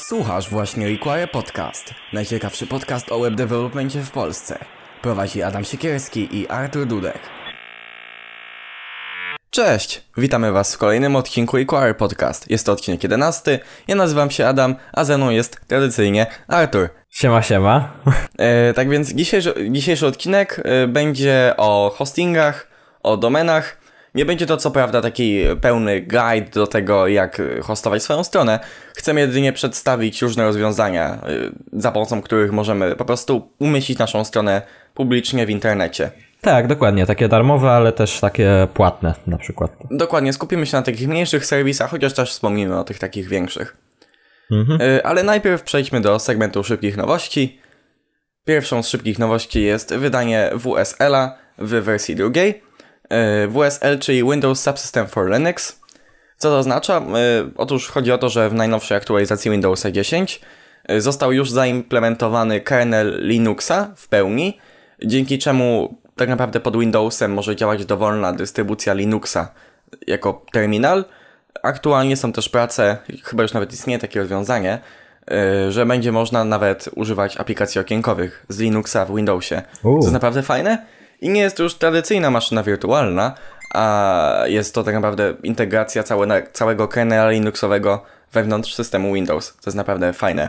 Słuchasz właśnie Require Podcast, najciekawszy podcast o web developmencie w Polsce. Prowadzi Adam Siekierski i Artur Dudek. Cześć! Witamy Was w kolejnym odcinku Require Podcast. Jest to odcinek 11, ja nazywam się Adam, a ze mną jest tradycyjnie Artur. Siema. Tak więc dzisiejszy odcinek będzie o hostingach, o domenach. Nie będzie to co prawda taki pełny guide do tego, jak hostować swoją stronę. Chcemy jedynie przedstawić różne rozwiązania, za pomocą których możemy po prostu umieścić naszą stronę publicznie w internecie. Tak, dokładnie. Takie darmowe, ale też takie płatne na przykład. Dokładnie, skupimy się na takich mniejszych serwisach, chociaż też wspomnimy o tych takich większych. Ale najpierw przejdźmy do segmentu szybkich nowości. Pierwszą z szybkich nowości jest wydanie WSL-a w wersji drugiej. WSL, czyli Windows Subsystem for Linux. Co to oznacza? Otóż chodzi o to, że w najnowszej aktualizacji Windowsa 10 został już zaimplementowany kernel Linuxa w pełni, dzięki czemu tak naprawdę pod Windowsem może działać dowolna dystrybucja Linuxa jako terminal. Aktualnie są też prace, chyba już nawet istnieje takie rozwiązanie, że będzie można nawet używać aplikacji okienkowych z Linuxa w Windowsie. Co jest naprawdę fajne. I nie jest to już tradycyjna maszyna wirtualna, a jest to tak naprawdę integracja całego kernela Linuxowego wewnątrz systemu Windows. To jest naprawdę fajne.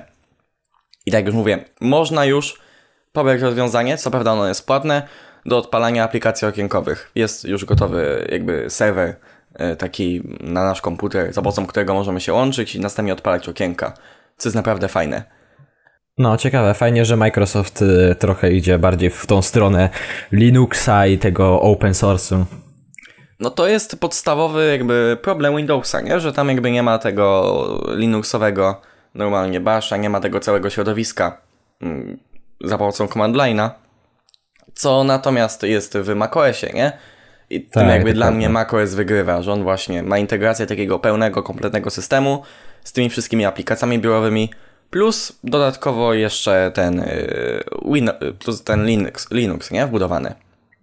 I tak jak już mówię, można już pobrać rozwiązanie, co prawda ono jest płatne, do odpalania aplikacji okienkowych. Jest już gotowy jakby serwer taki na nasz komputer, za pomocą którego możemy się łączyć i następnie odpalać okienka, co jest naprawdę fajne. No, ciekawe. Fajnie, że Microsoft trochę idzie bardziej w tą stronę Linuxa i tego open source'u. No to jest podstawowy jakby problem Windowsa, nie? Że tam jakby nie ma tego Linuxowego normalnie basha, nie ma tego całego środowiska za pomocą command line'a, co natomiast jest w macOSie, nie? I tak, tym jakby dla dokładnie. mnie macOS wygrywa, że on właśnie ma integrację takiego pełnego, kompletnego systemu z tymi wszystkimi aplikacjami biurowymi, plus dodatkowo jeszcze ten Linux, nie? Wbudowany.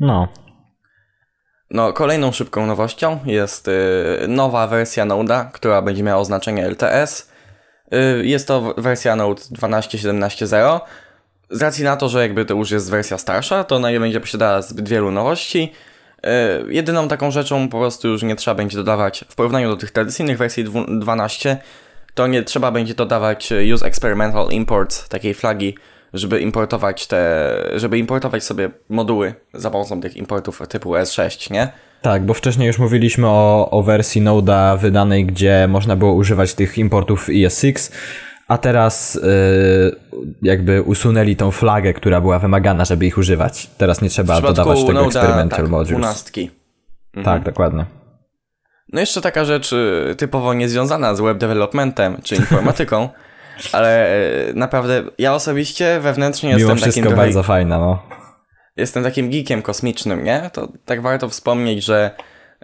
No, kolejną szybką nowością jest nowa wersja Node'a, która będzie miała oznaczenie LTS. Jest to wersja Node 12.17.0. Z racji na to, że jakby to już jest wersja starsza, to ona nie będzie posiadała zbyt wielu nowości. Jedyną taką rzeczą po prostu już nie trzeba będzie dodawać, w porównaniu do tych tradycyjnych wersji 12, to nie trzeba będzie dodawać Use Experimental Imports, takiej flagi, żeby importować sobie moduły za pomocą tych importów typu S6, nie? Tak, bo wcześniej już mówiliśmy o wersji Node'a wydanej, gdzie można było używać tych importów ES6, a teraz jakby usunęli tą flagę, która była wymagana, żeby ich używać. Teraz nie trzeba dodawać tego Experimental Modules. 12. Tak, dokładnie. No jeszcze taka rzecz typowo niezwiązana z web developmentem czy informatyką, ale naprawdę ja osobiście wewnętrznie Mimo jestem wszystko takim bardzo fajna, no. Jestem takim geekiem kosmicznym, nie? To tak warto wspomnieć, że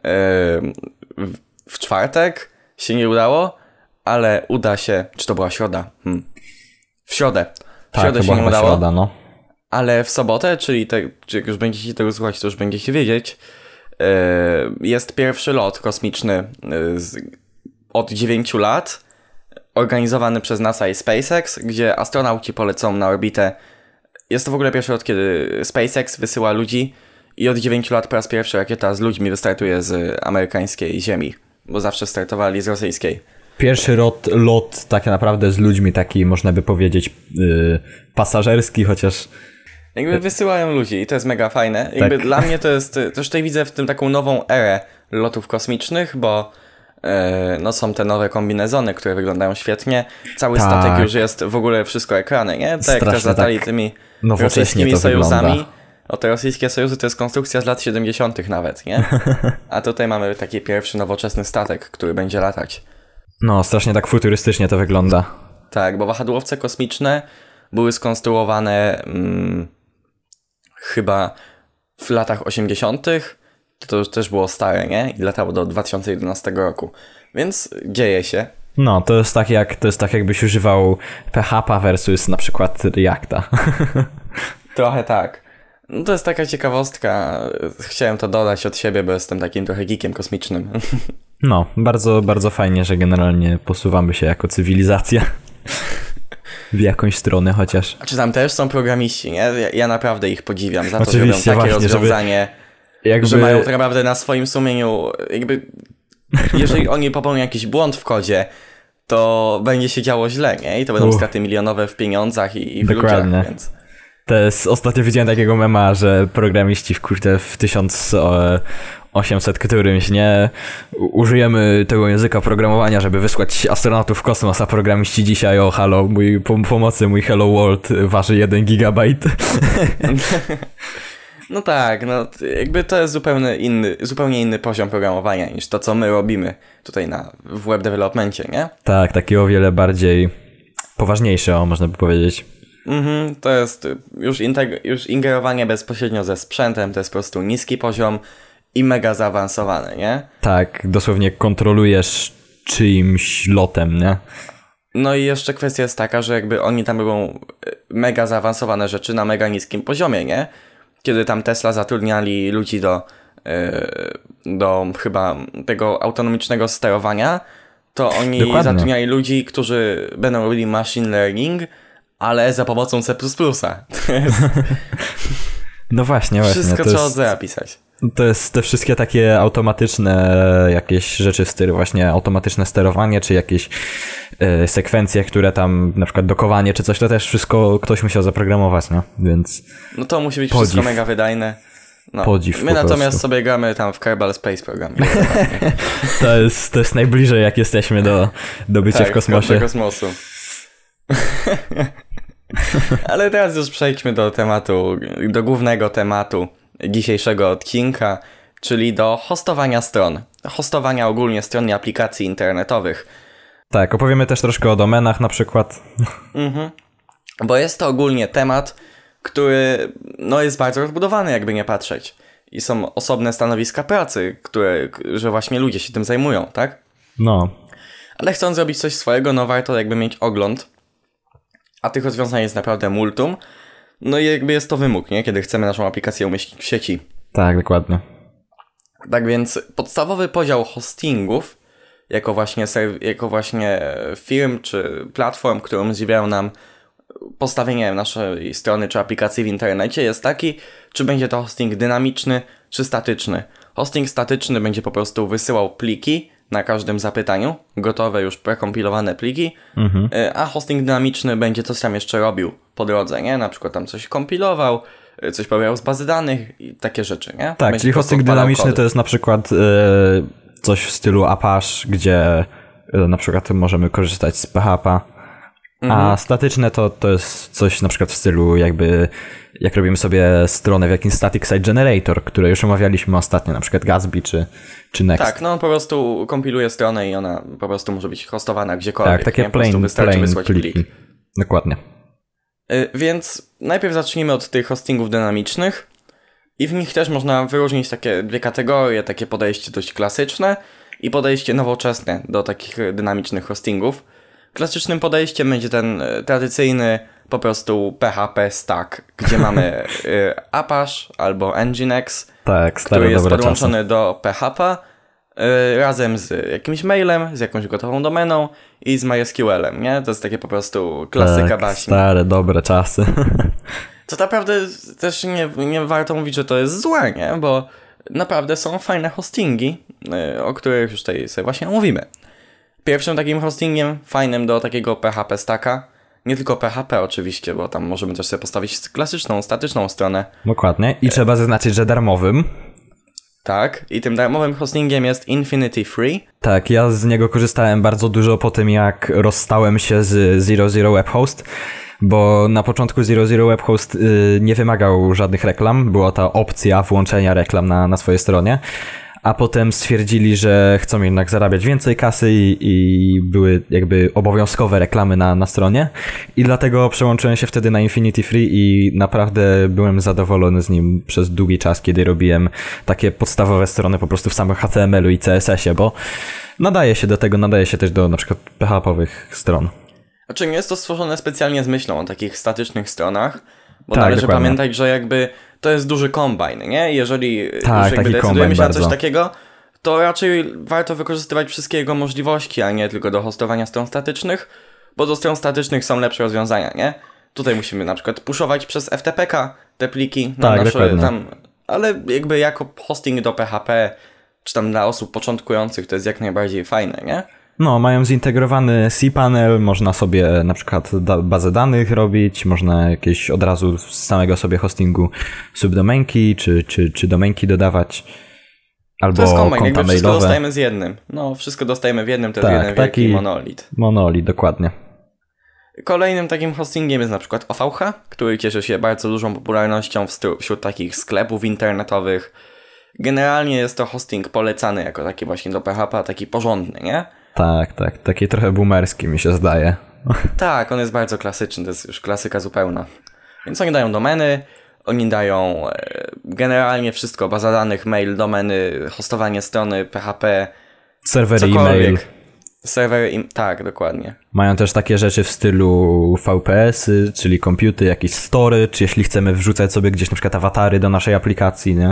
w czwartek się nie udało, ale uda się, czy to była środa? W środę. W środę się nie udało, środa, no. ale w sobotę, czyli jak już będziecie tego słuchać, to już będziecie wiedzieć, jest pierwszy lot kosmiczny od 9 lat, organizowany przez NASA i SpaceX, gdzie astronauci polecą na orbitę. Jest to w ogóle pierwszy lot, kiedy SpaceX wysyła ludzi i od 9 lat po raz pierwszy rakieta z ludźmi wystartuje z amerykańskiej ziemi, bo zawsze startowali z rosyjskiej. Pierwszy lot tak naprawdę z ludźmi, taki można by powiedzieć pasażerski, chociaż... Jakby wysyłają ludzi i to jest mega fajne. Jakby dla mnie to jest, też tutaj widzę w tym taką nową erę lotów kosmicznych, bo no są te nowe kombinezony, które wyglądają świetnie. Cały statek już jest w ogóle wszystko ekrany, nie? Tak jak też latali tymi rosyjskimi sojuzami. Wygląda. O, te rosyjskie sojuzy to jest konstrukcja z lat 70. nawet, nie? A tutaj mamy taki pierwszy nowoczesny statek, który będzie latać. No, strasznie tak futurystycznie to wygląda. Tak, bo wahadłowce kosmiczne były skonstruowane chyba w latach 80. To już też było stare, nie? I latało do 2011 roku. Więc dzieje się. No, to jest tak jakbyś używał PHP versus na przykład Reacta. Trochę tak. No to jest taka ciekawostka. Chciałem to dodać od siebie, bo jestem takim trochę geekiem kosmicznym. No, bardzo, bardzo fajnie, że generalnie posuwamy się jako cywilizacja. w jakąś stronę chociaż. A czy tam też są programiści, nie? Ja naprawdę ich podziwiam za to, Oczywiście, że robią takie właśnie, rozwiązanie, że mają tak naprawdę na swoim sumieniu, jakby jeżeli oni popełnią jakiś błąd w kodzie, to będzie się działo źle, nie? I to będą straty milionowe w pieniądzach i w ludziach, więc... Ostatnio widziałem takiego mema, że programiści w 1800 którymś, nie? Użyjemy tego języka programowania, żeby wysłać astronautów w kosmos, a programiści dzisiaj, halo, mój Hello World waży 1 gigabajt. No tak, no jakby to jest zupełnie inny poziom programowania niż to, co my robimy tutaj w web developmencie, nie? Tak, taki o wiele bardziej poważniejszy, można by powiedzieć. To jest już ingerowanie bezpośrednio ze sprzętem, to jest po prostu niski poziom i mega zaawansowany, nie? Tak, dosłownie kontrolujesz czyimś lotem, nie? No i jeszcze kwestia jest taka, że jakby oni tam robią mega zaawansowane rzeczy na mega niskim poziomie, nie? Kiedy tam Tesla zatrudniali ludzi do chyba tego autonomicznego sterowania, to oni zatrudniali ludzi, którzy będą robili machine learning, ale za pomocą C++. No właśnie. Wszystko trzeba od zera pisać. To jest te wszystkie takie automatyczne jakieś rzeczy w stylu właśnie automatyczne sterowanie, czy jakieś sekwencje, które tam na przykład dokowanie, czy coś, to też wszystko ktoś musiał zaprogramować, no, więc... No to musi być wszystko mega wydajne. No. Podziw. My natomiast sobie gramy tam w Kerbal Space Program. To jest najbliżej jak jesteśmy do bycia w kosmosie. Do kosmosu. Ale teraz już przejdźmy do głównego tematu dzisiejszego odcinka, czyli do hostowania stron. Hostowania ogólnie stron i aplikacji internetowych. Tak, opowiemy też troszkę o domenach na przykład. Bo jest to ogólnie temat, który jest bardzo rozbudowany, jakby nie patrzeć. I są osobne stanowiska pracy, że właśnie ludzie się tym zajmują, tak? No. Ale chcąc zrobić coś swojego, warto jakby mieć ogląd. A tych rozwiązań jest naprawdę multum. No i jakby jest to wymóg, nie? Kiedy chcemy naszą aplikację umieścić w sieci. Tak, dokładnie. Tak więc podstawowy podział hostingów jako właśnie firm czy platform, które umożliwiają nam postawienie naszej strony czy aplikacji w internecie jest taki, czy będzie to hosting dynamiczny czy statyczny. Hosting statyczny będzie po prostu wysyłał pliki na każdym zapytaniu, gotowe już prekompilowane pliki, a hosting dynamiczny będzie coś tam jeszcze robił po drodze, nie? Na przykład tam coś kompilował, coś pobierał z bazy danych i takie rzeczy, nie? Tak, będzie czyli hosting dynamiczny kody. To jest na przykład coś w stylu Apache, gdzie na przykład możemy korzystać z PHP, a statyczne to jest coś na przykład w stylu jakby jak robimy sobie stronę w jakimś static site generator, które już omawialiśmy ostatnio, na przykład Gatsby czy Next. Tak, on po prostu kompiluje stronę i ona po prostu może być hostowana gdziekolwiek. Tak, takie plain pliki. Dokładnie. Więc najpierw zacznijmy od tych hostingów dynamicznych i w nich też można wyróżnić takie dwie kategorie, takie podejście dość klasyczne i podejście nowoczesne do takich dynamicznych hostingów. Klasycznym podejściem będzie ten tradycyjny po prostu PHP stack, gdzie mamy Apache albo Nginx, który jest podłączony do PHP razem z jakimś mailem, z jakąś gotową domeną i z MySQL-em, nie? To jest takie po prostu klasyka baśni. Stare, dobre czasy. Co naprawdę też nie warto mówić, że to jest złe, nie? Bo naprawdę są fajne hostingi, o których już tutaj sobie właśnie mówimy. Pierwszym takim hostingiem fajnym do takiego PHP stacka, nie tylko PHP oczywiście, bo tam możemy też sobie postawić klasyczną, statyczną stronę. Dokładnie. I trzeba zaznaczyć, że darmowym. Tak, i tym darmowym hostingiem jest Infinity Free. Tak, ja z niego korzystałem bardzo dużo po tym, jak rozstałem się z Zero Web Host, bo na początku Zero Web Host nie wymagał żadnych reklam, była ta opcja włączenia reklam na swojej stronie. A potem stwierdzili, że chcą jednak zarabiać więcej kasy i były jakby obowiązkowe reklamy na stronie. I dlatego przełączyłem się wtedy na Infinity Free i naprawdę byłem zadowolony z nim przez długi czas, kiedy robiłem takie podstawowe strony po prostu w samym HTML-u i CSS-ie, bo nadaje się do tego, nadaje się też do na przykład PHP-owych stron. Znaczy nie jest to stworzone specjalnie z myślą o takich statycznych stronach, bo należy pamiętać, że jakby to jest duży kombine, nie? Jeżeli już jakby decydujemy się na coś takiego, to raczej warto wykorzystywać wszystkie jego możliwości, a nie tylko do hostowania stron statycznych, bo do stron statycznych są lepsze rozwiązania, nie? Tutaj musimy na przykład puszować przez FTP-ka te pliki na nasze tam, ale jakby jako hosting do PHP, czy tam dla osób początkujących to jest jak najbardziej fajne, nie? No, mają zintegrowany cPanel, można sobie na przykład bazę danych można jakieś od razu z samego sobie hostingu subdomenki czy domenki dodawać. Albo to jest kombine, konta jakby wszystko mailowe. dostajemy z jednym. No, wszystko dostajemy w jednym, to jest jeden wielki monolit. Monolit, dokładnie. Kolejnym takim hostingiem jest na przykład OVH, który cieszy się bardzo dużą popularnością wśród takich sklepów internetowych. Generalnie jest to hosting polecany jako taki właśnie do PHP, taki porządny, nie? Tak, taki trochę boomerski mi się zdaje. Tak, on jest bardzo klasyczny, to jest już klasyka zupełna. Więc oni dają domeny, oni dają generalnie wszystko, baza danych, mail, domeny, hostowanie strony, PHP, serwery e-mail. Serwery, tak, dokładnie. Mają też takie rzeczy w stylu VPS-y, czyli komputy, jakieś story, czy jeśli chcemy wrzucać sobie gdzieś na przykład awatary do naszej aplikacji, nie?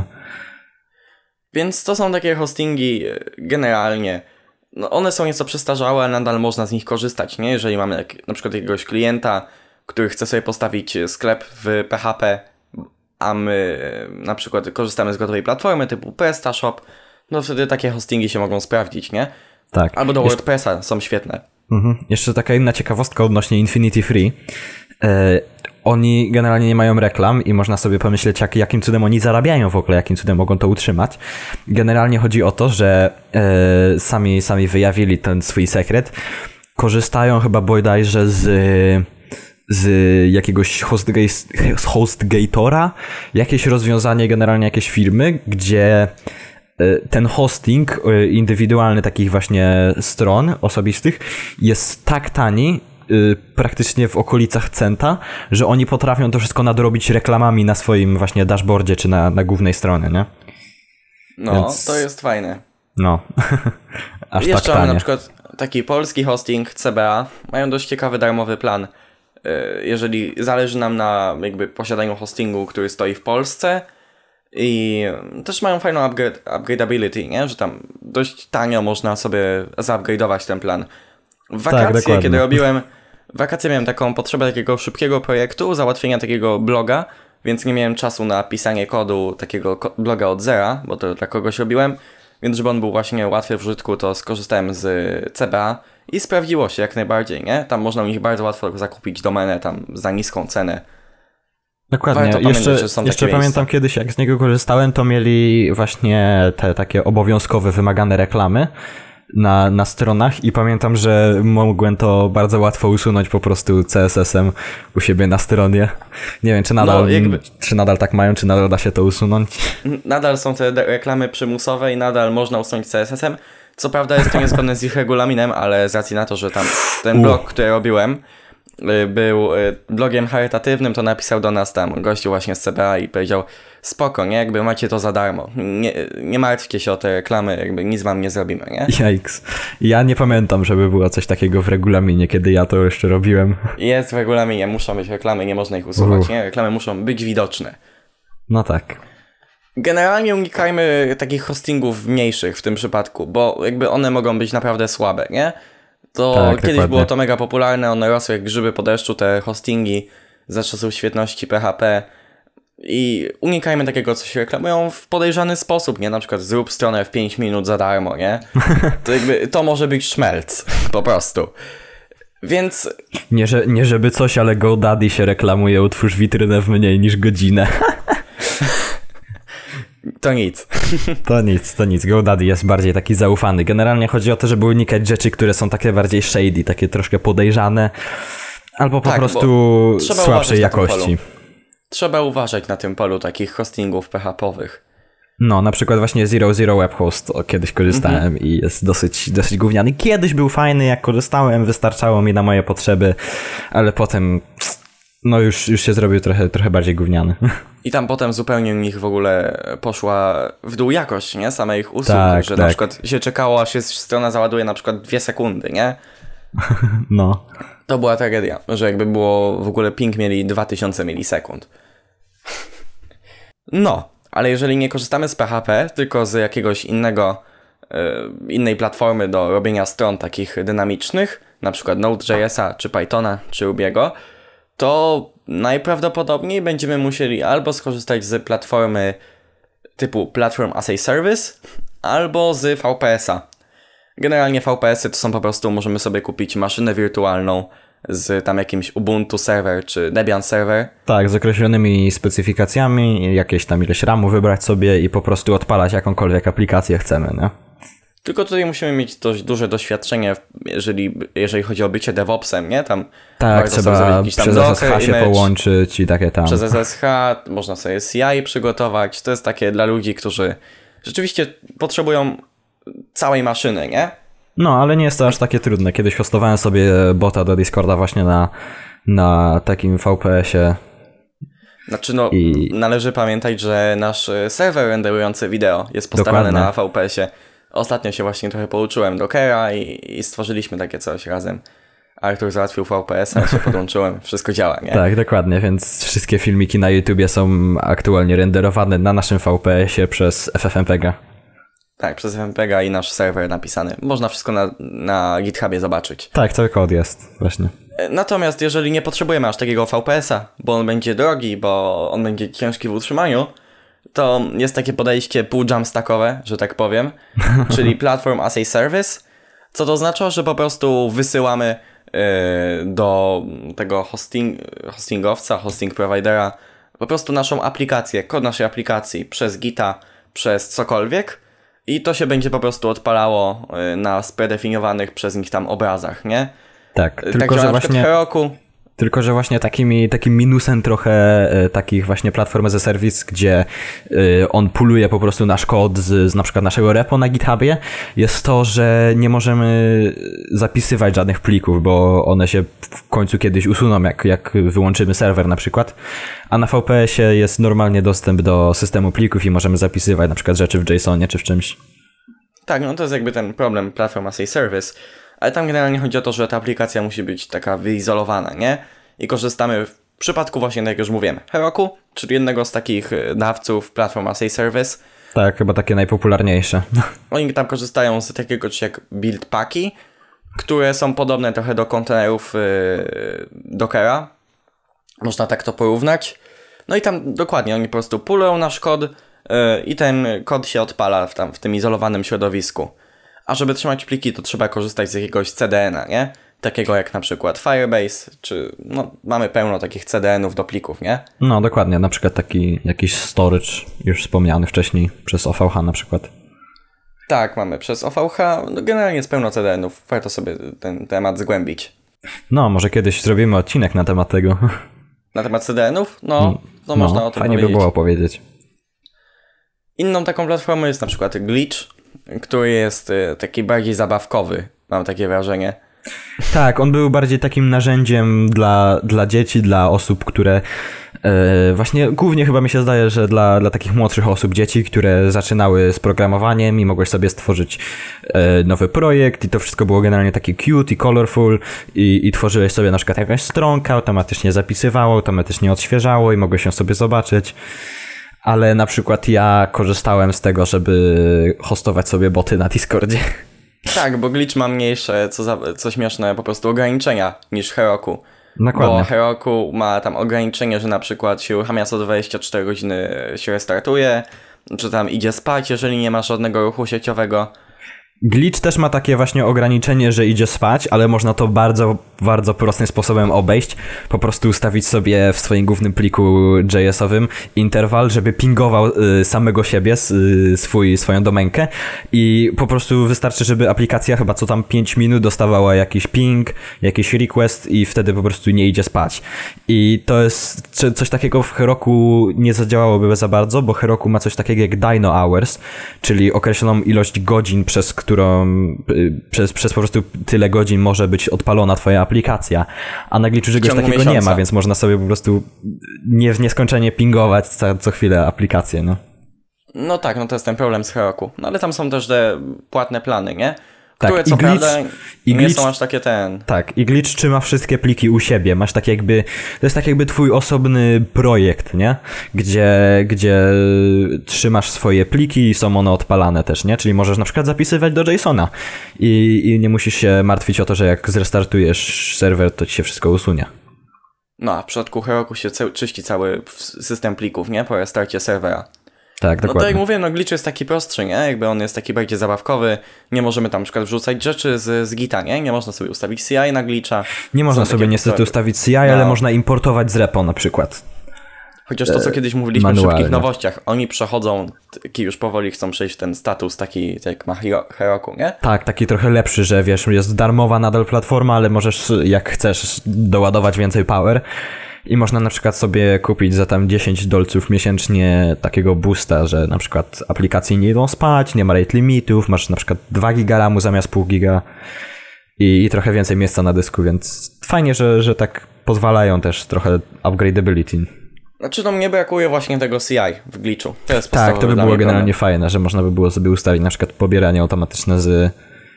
Więc to są takie hostingi generalnie. No one są nieco przestarzałe, ale nadal można z nich korzystać, nie? Jeżeli mamy na przykład jakiegoś klienta, który chce sobie postawić sklep w PHP, a my na przykład korzystamy z gotowej platformy typu PrestaShop, no wtedy takie hostingi się mogą sprawdzić, nie? Tak. Albo do WordPressa są świetne. Jeszcze taka inna ciekawostka odnośnie Infinity Free. Oni generalnie nie mają reklam i można sobie pomyśleć, jakim cudem oni zarabiają w ogóle, jakim cudem mogą to utrzymać. Generalnie chodzi o to, że sami wyjawili ten swój sekret. Korzystają chyba bodajże z jakiegoś HostGatora, jakieś rozwiązanie, generalnie jakieś firmy, gdzie ten hosting indywidualny takich właśnie stron osobistych jest tak tani, praktycznie w okolicach centa, że oni potrafią to wszystko nadrobić reklamami na swoim właśnie dashboardzie czy na głównej stronie, nie? No, więc to jest fajne. No, aż jeszcze tak mamy tanie. na przykład taki polski hosting CBA, mają dość ciekawy darmowy plan. Jeżeli zależy nam na jakby posiadaniu hostingu, który stoi w Polsce i też mają fajną upgradeability, nie? Że tam dość tanio można sobie zaupgrade'ować ten plan. W wakacje, kiedy robiłem wakacje, miałem taką potrzebę takiego szybkiego projektu, załatwienia takiego bloga, więc nie miałem czasu na pisanie kodu takiego bloga od zera, bo to dla kogoś robiłem, więc żeby on był właśnie łatwy w użytku, to skorzystałem z CBA i sprawdziło się jak najbardziej, nie? Tam można u nich bardzo łatwo zakupić domenę tam za niską cenę. Dokładnie. Jeszcze pamiętam kiedyś, jak z niego korzystałem, to mieli właśnie te takie obowiązkowe, wymagane reklamy na stronach i pamiętam, że mogłem to bardzo łatwo usunąć po prostu CSS-em u siebie na stronie. Nie wiem, czy nadal tak mają, czy nadal da się to usunąć. Nadal są te reklamy przymusowe i nadal można usunąć CSS-em. Co prawda jest to niezgodne z ich regulaminem, ale z racji na to, że tam ten blog, który robiłem, był blogiem charytatywnym, to napisał do nas tam gościu właśnie z CBA i powiedział: spoko, nie? Jakby macie to za darmo. Nie martwcie się o te reklamy, jakby nic wam nie zrobimy, nie? Yikes. Ja nie pamiętam, żeby było coś takiego w regulaminie, kiedy ja to jeszcze robiłem. Jest w regulaminie, muszą być reklamy, nie można ich usuwać, nie? Reklamy muszą być widoczne. No tak. Generalnie unikajmy takich hostingów mniejszych w tym przypadku, bo jakby one mogą być naprawdę słabe, nie? To tak, kiedyś dokładnie. było to mega popularne, one rosły jak grzyby po deszczu, te hostingi za czasów świetności PHP i unikajmy takiego, co się reklamują w podejrzany sposób, nie? Na przykład zrób stronę w 5 minut za darmo, nie? To jakby, to może być szmelc, po prostu. Więc... Nie żeby coś, ale GoDaddy się reklamuje, utwórz witrynę w mniej niż godzinę. To nic. To nic. GoDaddy jest bardziej taki zaufany. Generalnie chodzi o to, żeby unikać rzeczy, które są takie bardziej shady, takie troszkę podejrzane, albo po prostu słabszej jakości. Trzeba uważać na tym polu takich hostingów PHP-owych. No, na przykład właśnie Zero Web Host kiedyś korzystałem i jest dosyć gówniany. Kiedyś był fajny, jak korzystałem, wystarczało mi na moje potrzeby, ale potem... No już się zrobił trochę bardziej gówniany. I tam potem zupełnie u nich w ogóle poszła w dół jakość, nie? Same ich usług, że na przykład się czekało, aż się strona załaduje na przykład 2 sekundy, nie? No. To była tragedia, że jakby było w ogóle ping mieli 2000 milisekund. No, ale jeżeli nie korzystamy z PHP, tylko z jakiegoś innej platformy do robienia stron takich dynamicznych, na przykład Node.jsa, czy Pythona, czy Ruby'ego, to najprawdopodobniej będziemy musieli albo skorzystać z platformy typu Platform as a Service, albo z VPS-a. Generalnie VPS-y to są po prostu, możemy sobie kupić maszynę wirtualną z tam jakimś Ubuntu server czy Debian server. Tak, z określonymi specyfikacjami, jakieś tam ileś RAMu wybrać sobie i po prostu odpalać jakąkolwiek aplikację chcemy, nie? Tylko tutaj musimy mieć dość duże doświadczenie, jeżeli chodzi o bycie DevOpsem, nie? Tam tak, trzeba przez SSH się połączyć i takie tam. Przez SSH można sobie CI przygotować. To jest takie dla ludzi, którzy rzeczywiście potrzebują całej maszyny, nie? No, ale nie jest to aż takie trudne. Kiedyś hostowałem sobie bota do Discorda właśnie na takim VPS-ie. Znaczy należy pamiętać, że nasz serwer renderujący wideo jest postawiony na VPS-ie. Ostatnio się właśnie trochę pouczyłem Dockera i stworzyliśmy takie coś razem. Artur załatwił VPS-a, ja się podłączyłem, wszystko działa, nie? Tak, dokładnie, więc wszystkie filmiki na YouTubie są aktualnie renderowane na naszym VPS-ie przez FFmpega. Tak, przez FFmpega i nasz serwer napisany. Można wszystko na GitHubie zobaczyć. Tak, cały kod jest, właśnie. Natomiast jeżeli nie potrzebujemy aż takiego VPS-a, bo on będzie drogi, bo on będzie ciężki w utrzymaniu, to jest takie podejście pół jumpstackowe, że tak powiem, czyli Platform as a Service, co to oznacza, że po prostu wysyłamy do tego hostingowca, hosting providera po prostu naszą aplikację, kod naszej aplikacji przez Gita, przez cokolwiek i to się będzie po prostu odpalało na predefiniowanych przez nich tam obrazach, nie? Tak, tylko że właśnie Heroku. Tylko że właśnie takim minusem trochę takich właśnie platform as a service, gdzie on puluje po prostu nasz kod z na przykład naszego repo na GitHubie, jest to, że nie możemy zapisywać żadnych plików, bo one się w końcu kiedyś usuną, jak wyłączymy serwer na przykład. A na VPS-ie jest normalnie dostęp do systemu plików i możemy zapisywać na przykład rzeczy w JSON-ie czy w czymś. Tak, no to jest jakby ten problem Platform as a Service. Ale tam generalnie chodzi o to, że ta aplikacja musi być taka wyizolowana, nie? I korzystamy w przypadku właśnie, jak już mówiłem, Heroku, czyli jednego z takich dawców Platform as a Service. Tak, chyba takie najpopularniejsze. Oni tam korzystają z takiego coś jak build packi, które są podobne trochę do kontenerów Dockera. Można tak to porównać. No i tam dokładnie, oni po prostu pulują nasz kod i ten kod się odpala w tym izolowanym środowisku. A żeby trzymać pliki, to trzeba korzystać z jakiegoś CDN-a, nie? Takiego jak na przykład Firebase, czy mamy pełno takich CDN-ów do plików, nie? No dokładnie, na przykład taki jakiś storage już wspomniany wcześniej przez OVH na przykład. Tak, mamy przez OVH, generalnie jest pełno CDN-ów, warto sobie ten temat zgłębić. No, może kiedyś zrobimy odcinek na temat tego. Na temat CDN-ów? No, można o tym fajnie powiedzieć. by było powiedzieć. Inną taką platformą jest na przykład Glitch, który jest taki bardziej zabawkowy, mam takie wrażenie. Tak, on był bardziej takim narzędziem dla dzieci, dla osób, które właśnie głównie chyba mi się zdaje, że dla takich młodszych osób, dzieci, które zaczynały z programowaniem i mogłeś sobie stworzyć nowy projekt i to wszystko było generalnie takie cute i colorful i tworzyłeś sobie na przykład jakąś stronkę, automatycznie zapisywało, automatycznie odświeżało i mogłeś ją sobie zobaczyć. Ale na przykład ja korzystałem z tego, żeby hostować sobie boty na Discordzie. Tak, bo Glitch ma mniejsze, co śmieszne, po prostu ograniczenia niż Heroku. Dokładnie. Bo Heroku ma tam ograniczenie, że na przykład się uruchamia co 24 godziny się restartuje, czy tam idzie spać, jeżeli nie ma żadnego ruchu sieciowego. Glitch też ma takie właśnie ograniczenie, że idzie spać, ale można to bardzo, bardzo prostym sposobem obejść. Po prostu ustawić sobie w swoim głównym pliku JS-owym interwał, żeby pingował samego siebie, swoją domenkę i po prostu wystarczy, żeby aplikacja chyba co tam 5 minut dostawała jakiś ping, jakiś request i wtedy po prostu nie idzie spać. I to jest coś takiego w Heroku nie zadziałałoby za bardzo, bo Heroku ma coś takiego jak dyno hours, czyli określoną ilość godzin, przez po prostu tyle godzin może być odpalona twoja aplikacja, a na Glitchu czegoś takiego miesiąca nie ma, więc można sobie po prostu nieskończenie pingować co chwilę aplikację, no. No tak, no to jest ten problem z Heroku. No ale tam są też te płatne plany, nie? Tak, które co prawda nie są aż takie Tak, i Glitch trzyma wszystkie pliki u siebie. Masz tak jakby, to jest tak jakby twój osobny projekt, nie? Gdzie trzymasz swoje pliki i są one odpalane też, nie? Czyli możesz na przykład zapisywać do JSON-a i nie musisz się martwić o to, że jak zrestartujesz serwer, to ci się wszystko usunie. No, a w przypadku Heroku się czyści cały system plików, nie? Po restarcie serwera. Tak, dokładnie. No to jak mówię, no Glitch jest taki prostszy, nie? Jakby on jest taki bardziej zabawkowy. Nie możemy tam na przykład wrzucać rzeczy z Gita, nie? Nie można sobie ustawić CI na Glitcha. Nie można sobie niestety ustawić CI, ale można importować z repo na przykład. Chociaż to, co kiedyś mówiliśmy w szybkich nowościach, oni przechodzą, już powoli chcą przejść ten status taki, jak ma Heroku, nie? Tak, taki trochę lepszy, że wiesz, jest darmowa nadal platforma, ale możesz, jak chcesz, doładować więcej power. I można na przykład sobie kupić za tam $10 miesięcznie takiego boosta, że na przykład aplikacje nie idą spać, nie ma rate limitów, masz na przykład 2 giga RAMu zamiast pół giga i trochę więcej miejsca na dysku, więc fajnie, że tak pozwalają też trochę upgradability. Znaczy no mnie brakuje właśnie tego CI w Glitchu. To jest tak, to by było generalnie fajne, że można by było sobie ustawić na przykład pobieranie automatyczne z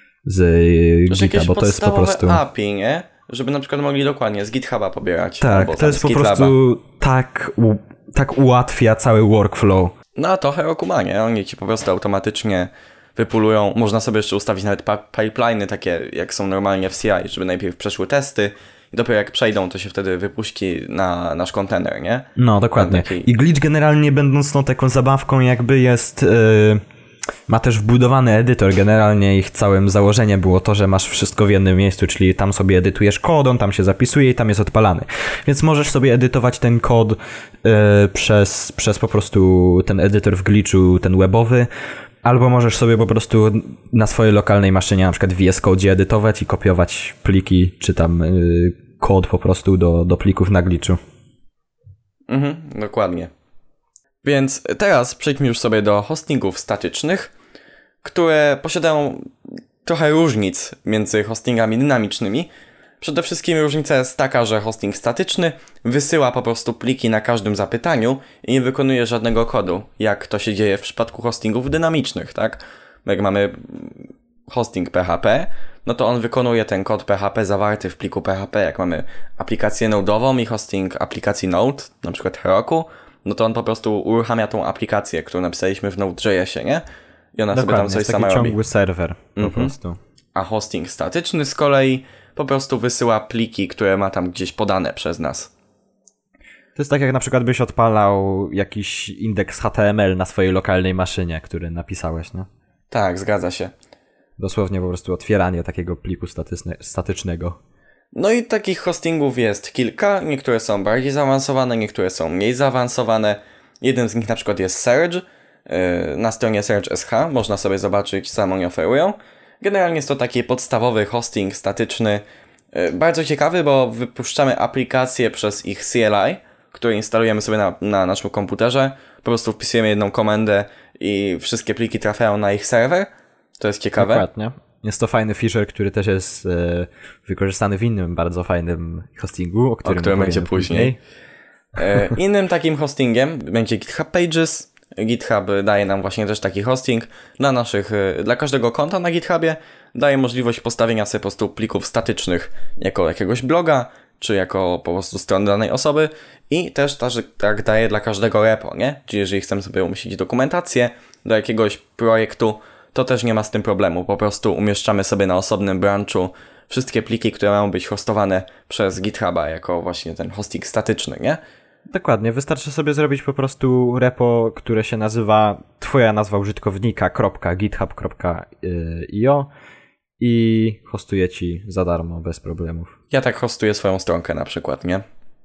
Gita, bo to jest po prostu API, nie? Żeby na przykład mogli dokładnie z GitHuba pobierać. Tak, to jest po prostu tak ułatwia cały workflow. No a to Heroku ma, nie? Oni ci po prostu automatycznie wypulują. Można sobie jeszcze ustawić nawet pipeliny takie, jak są normalnie w CI, żeby najpierw przeszły testy i dopiero jak przejdą, to się wtedy wypuści na nasz kontener, nie? No, dokładnie. I Glitch generalnie będąc taką zabawką jakby jest... Ma też wbudowany edytor, generalnie ich całym założeniem było to, że masz wszystko w jednym miejscu, czyli tam sobie edytujesz kod, on tam się zapisuje i tam jest odpalany. Więc możesz sobie edytować ten kod przez po prostu ten edytor w Glitchu, ten webowy, albo możesz sobie po prostu na swojej lokalnej maszynie na przykład w VS Code edytować i kopiować pliki, czy tam kod po prostu do plików na Glitchu. Dokładnie. Więc teraz przejdźmy już sobie do hostingów statycznych, które posiadają trochę różnic między hostingami dynamicznymi. Przede wszystkim różnica jest taka, że hosting statyczny wysyła po prostu pliki na każdym zapytaniu i nie wykonuje żadnego kodu, jak to się dzieje w przypadku hostingów dynamicznych, tak? Jak mamy hosting PHP, no to on wykonuje ten kod PHP zawarty w pliku PHP, jak mamy aplikację node'ową i hosting aplikacji Node, na przykład Heroku, no to on po prostu uruchamia tą aplikację, którą napisaliśmy w Node.jsie, nie? I ona sobie tam coś sama robi. Jest taki ciągły serwer po prostu. A hosting statyczny z kolei po prostu wysyła pliki, które ma tam gdzieś podane przez nas. To jest tak, jak na przykład byś odpalał jakiś indeks HTML na swojej lokalnej maszynie, który napisałeś, no? Tak, zgadza się. Dosłownie po prostu otwieranie takiego pliku statycznego. No i takich hostingów jest kilka. Niektóre są bardziej zaawansowane, niektóre są mniej zaawansowane. Jeden z nich na przykład jest Surge. Na stronie Surge.sh można sobie zobaczyć, co oni oferują. Generalnie jest to taki podstawowy hosting statyczny. Bardzo ciekawy, bo wypuszczamy aplikację przez ich CLI, które instalujemy sobie na naszym komputerze. Po prostu wpisujemy jedną komendę i wszystkie pliki trafiają na ich serwer. To jest ciekawe. Dokładnie. Jest to fajny feature, który też jest wykorzystany w innym bardzo fajnym hostingu, o którym będzie później. Innym takim hostingiem będzie GitHub Pages. GitHub daje nam właśnie też taki hosting dla każdego konta na GitHubie. Daje możliwość postawienia sobie po prostu plików statycznych jako jakiegoś bloga, czy jako po prostu strony danej osoby i też tak daje dla każdego repo, nie? Czyli jeżeli chcemy sobie umieścić dokumentację do jakiegoś projektu, to też nie ma z tym problemu. Po prostu umieszczamy sobie na osobnym branchu wszystkie pliki, które mają być hostowane przez GitHuba jako właśnie ten hosting statyczny, nie? Dokładnie, wystarczy sobie zrobić po prostu repo, które się nazywa twoja nazwa użytkownika .github.io i hostuje ci za darmo, bez problemów. Ja tak hostuję swoją stronkę na przykład, nie?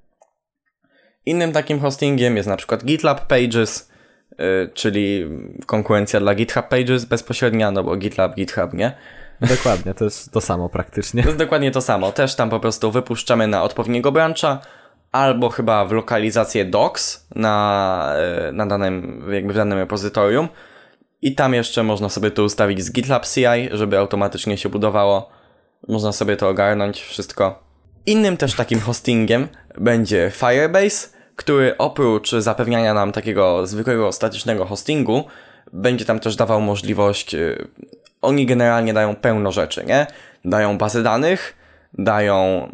Innym takim hostingiem jest na przykład GitLab Pages, czyli konkurencja dla GitHub Pages bezpośrednia, no bo GitLab, GitHub, nie? Dokładnie, to jest to samo praktycznie. To jest dokładnie to samo. Też tam po prostu wypuszczamy na odpowiedniego brancha, albo chyba w lokalizację docs na danym, jakby w danym repozytorium. I tam jeszcze można sobie to ustawić z GitLab CI, żeby automatycznie się budowało. Można sobie to ogarnąć wszystko. Innym też takim hostingiem będzie Firebase, który oprócz zapewniania nam takiego zwykłego statycznego hostingu, będzie tam też dawał możliwość oni generalnie dają pełno rzeczy, nie? Dają bazy danych, dają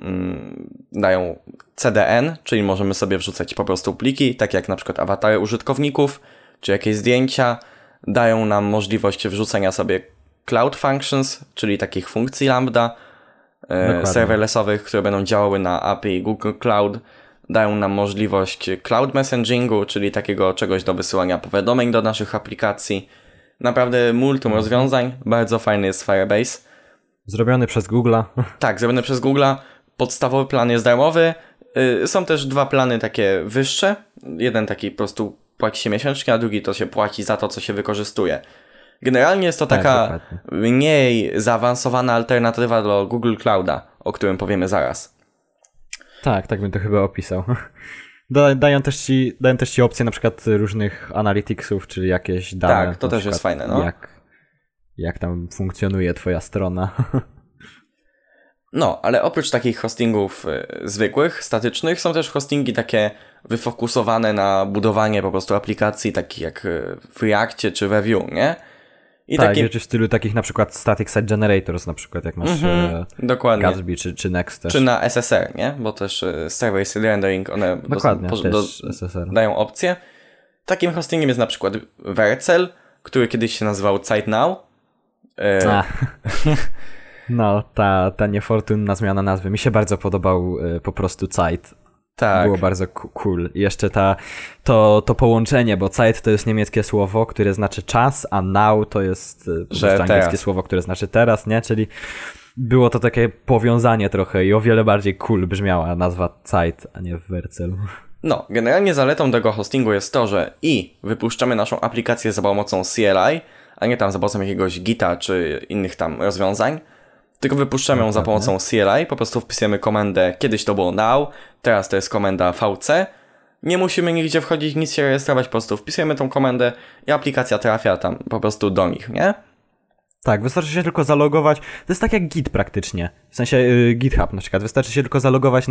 CDN, czyli możemy sobie wrzucać po prostu pliki, tak jak na przykład awatary użytkowników, czy jakieś zdjęcia. Dają nam możliwość wrzucenia sobie Cloud Functions, czyli takich funkcji Lambda, serverlessowych, które będą działały na API Google Cloud. Dają nam możliwość Cloud Messagingu, czyli takiego czegoś do wysyłania powiadomień do naszych aplikacji. Naprawdę multum rozwiązań. Bardzo fajny jest Firebase. Zrobiony przez Google'a. Tak, zrobiony przez Google'a. Podstawowy plan jest darmowy. Są też 2 plany takie wyższe. Jeden taki po prostu płaci się miesięcznie, a drugi to się płaci za to, co się wykorzystuje. Generalnie jest to taka mniej zaawansowana alternatywa do Google Clouda, o którym powiemy zaraz. Tak bym to chyba opisał. Dają też ci opcje na przykład różnych analyticsów, czyli jakieś dane. Tak, to też jest fajne, no. Jak tam funkcjonuje twoja strona. No, ale oprócz takich hostingów zwykłych, statycznych, są też hostingi takie wyfokusowane na budowanie po prostu aplikacji, takich jak w Reactie czy we Vue, nie? I rzeczy w stylu takich na przykład Static Site Generators, na przykład jak masz dokładnie. Gatsby czy Next też. Czy na SSR, nie? Bo też Server-Side Rendering, one dają opcje. Takim hostingiem jest na przykład Vercel, który kiedyś się nazywał SiteNow. No, ta niefortunna zmiana nazwy. Mi się bardzo podobał po prostu Zeit. Tak. Było bardzo cool. I jeszcze to połączenie, bo Zeit to jest niemieckie słowo, które znaczy czas, a now to jest angielskie słowo, które znaczy teraz, nie? Czyli było to takie powiązanie trochę i o wiele bardziej cool brzmiała nazwa Zeit, a nie Vercel. No, generalnie zaletą tego hostingu jest to, że wypuszczamy naszą aplikację za pomocą CLI, a nie tam za pomocą jakiegoś Gita czy innych tam rozwiązań, tylko wypuszczamy ją za pomocą CLI, po prostu wpisujemy komendę, kiedyś to było now, teraz to jest komenda VC, nie musimy nigdzie wchodzić, nic się rejestrować, po prostu wpisujemy tą komendę i aplikacja trafia tam po prostu do nich, nie? Tak, wystarczy się tylko zalogować, to jest tak jak Git praktycznie, w sensie GitHub na przykład, wystarczy się tylko zalogować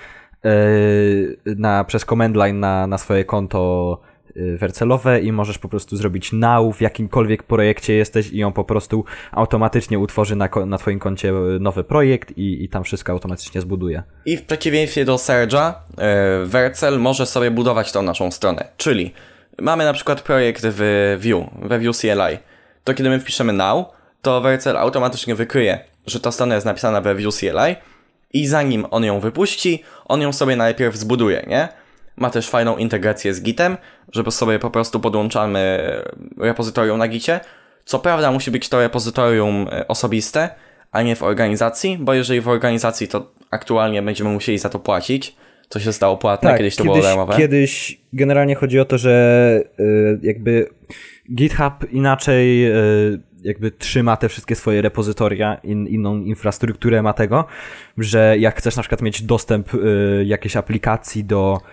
przez command line na swoje konto wercelowe i możesz po prostu zrobić now w jakimkolwiek projekcie jesteś i on po prostu automatycznie utworzy na twoim koncie nowy projekt i tam wszystko automatycznie zbuduje. I w przeciwieństwie do Surge'a, Vercel może sobie budować tą naszą stronę, czyli mamy na przykład projekt we Vue CLI, to kiedy my wpiszemy now, to Vercel automatycznie wykryje, że ta strona jest napisana we Vue CLI i zanim on ją wypuści, on ją sobie najpierw zbuduje, nie? Ma też fajną integrację z Gitem, żeby sobie po prostu podłączamy repozytorium na Gicie. Co prawda musi być to repozytorium osobiste, a nie w organizacji, bo jeżeli w organizacji, to aktualnie będziemy musieli za to płacić. Co się stało płatne, tak, kiedyś to było darmowe. Kiedyś generalnie chodzi o to, że jakby GitHub inaczej jakby trzyma te wszystkie swoje repozytoria, inną infrastrukturę ma tego, że jak chcesz na przykład mieć dostęp jakiejś aplikacji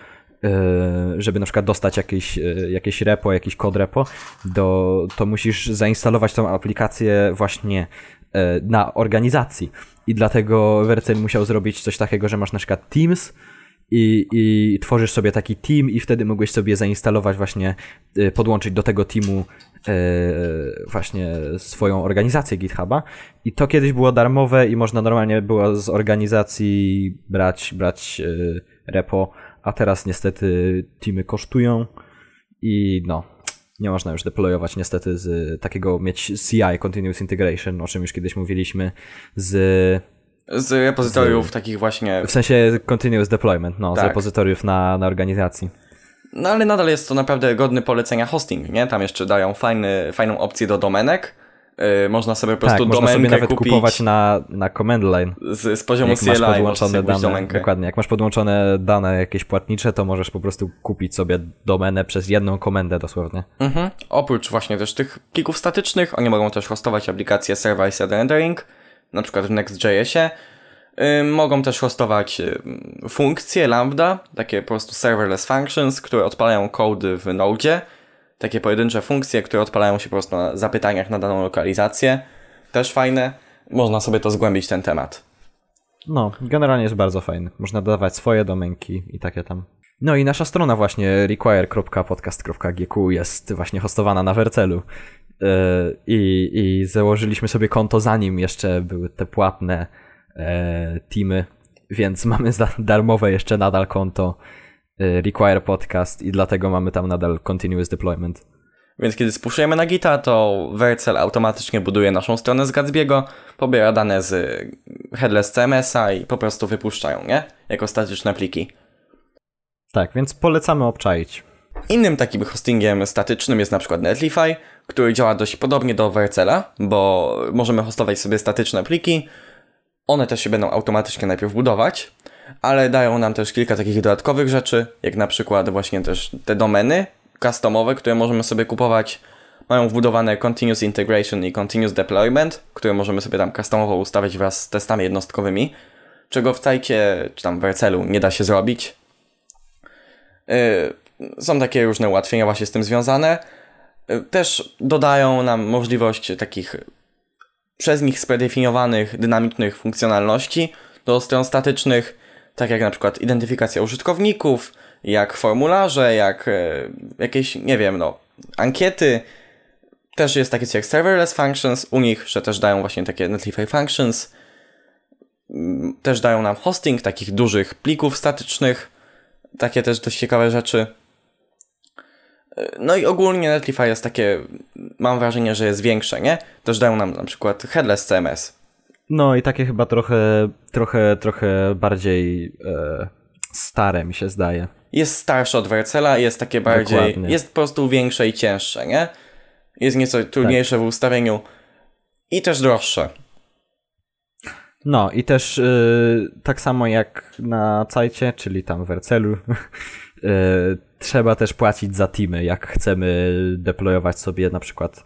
żeby na przykład dostać jakieś repo, jakiś kod repo, to musisz zainstalować tą aplikację właśnie na organizacji. I dlatego Vercel musiał zrobić coś takiego, że masz na przykład Teams i tworzysz sobie taki team i wtedy mogłeś sobie zainstalować właśnie, podłączyć do tego teamu właśnie swoją organizację GitHuba. I to kiedyś było darmowe i można normalnie było z organizacji brać repo, a teraz niestety teamy kosztują i no, nie można już deployować niestety z takiego, mieć CI, Continuous Integration, o czym już kiedyś mówiliśmy, z repozytoriów takich właśnie... W sensie Continuous Deployment, no, tak. Z repozytoriów na organizacji. No ale nadal jest to naprawdę godny polecenia hosting, nie? Tam jeszcze dają fajną opcję do domenek. Można sobie po prostu domenkę można sobie nawet kupić kupować na command line. Z poziomu CLI możesz sobie kupić domenkę. Dokładnie, jak masz podłączone dane jakieś płatnicze, to możesz po prostu kupić sobie domenę przez jedną komendę dosłownie. Oprócz właśnie też tych plików statycznych, oni mogą też hostować aplikacje Server-Side Rendering, na przykład w Next.jsie. Mogą też hostować funkcje Lambda, takie po prostu serverless functions, które odpalają kody w Node. Takie pojedyncze funkcje, które odpalają się po prostu na zapytaniach na daną lokalizację. Też fajne. Można sobie to zgłębić, ten temat. No, generalnie jest bardzo fajny. Można dodawać swoje domenki i takie tam. No i nasza strona właśnie require.podcast.gq jest właśnie hostowana na Vercelu. i założyliśmy sobie konto, zanim jeszcze były te płatne teamy, więc mamy darmowe jeszcze nadal konto Require Podcast i dlatego mamy tam nadal Continuous Deployment. Więc kiedy spuszczujemy na Gita, to Vercel automatycznie buduje naszą stronę z Gatsby'ego, pobiera dane z headless CMS-a i po prostu wypuszczają, nie? Jako statyczne pliki. Tak, więc polecamy obczaić. Innym takim hostingiem statycznym jest na przykład Netlify, który działa dość podobnie do Vercela, bo możemy hostować sobie statyczne pliki. One też się będą automatycznie najpierw budować, ale dają nam też kilka takich dodatkowych rzeczy, jak na przykład właśnie też te domeny customowe, które możemy sobie kupować. Mają wbudowane Continuous Integration i Continuous Deployment, które możemy sobie tam customowo ustawiać wraz z testami jednostkowymi, czego w Cajcie czy tam w Vercelu nie da się zrobić. Są takie różne ułatwienia właśnie z tym związane. Też dodają nam możliwość takich przez nich spedefiniowanych, dynamicznych funkcjonalności do stron statycznych, tak jak na przykład identyfikacja użytkowników, jak formularze, jak jakieś, nie wiem, ankiety. Też jest takie coś jak serverless functions u nich, że też dają właśnie takie Netlify functions. Też dają nam hosting takich dużych plików statycznych. Takie też dość ciekawe rzeczy. No i ogólnie Netlify jest takie, mam wrażenie, że jest większe, nie? Też dają nam na przykład headless CMS. No i takie chyba trochę bardziej stare mi się zdaje. Jest starsze od Vercela, jest takie bardziej, dokładnie. Jest po prostu większe i cięższe, nie? Jest nieco trudniejsze w ustawieniu i też droższe. No i też tak samo jak na Cajcie, czyli tam w Vercelu, trzeba też płacić za teamy, jak chcemy deployować sobie na przykład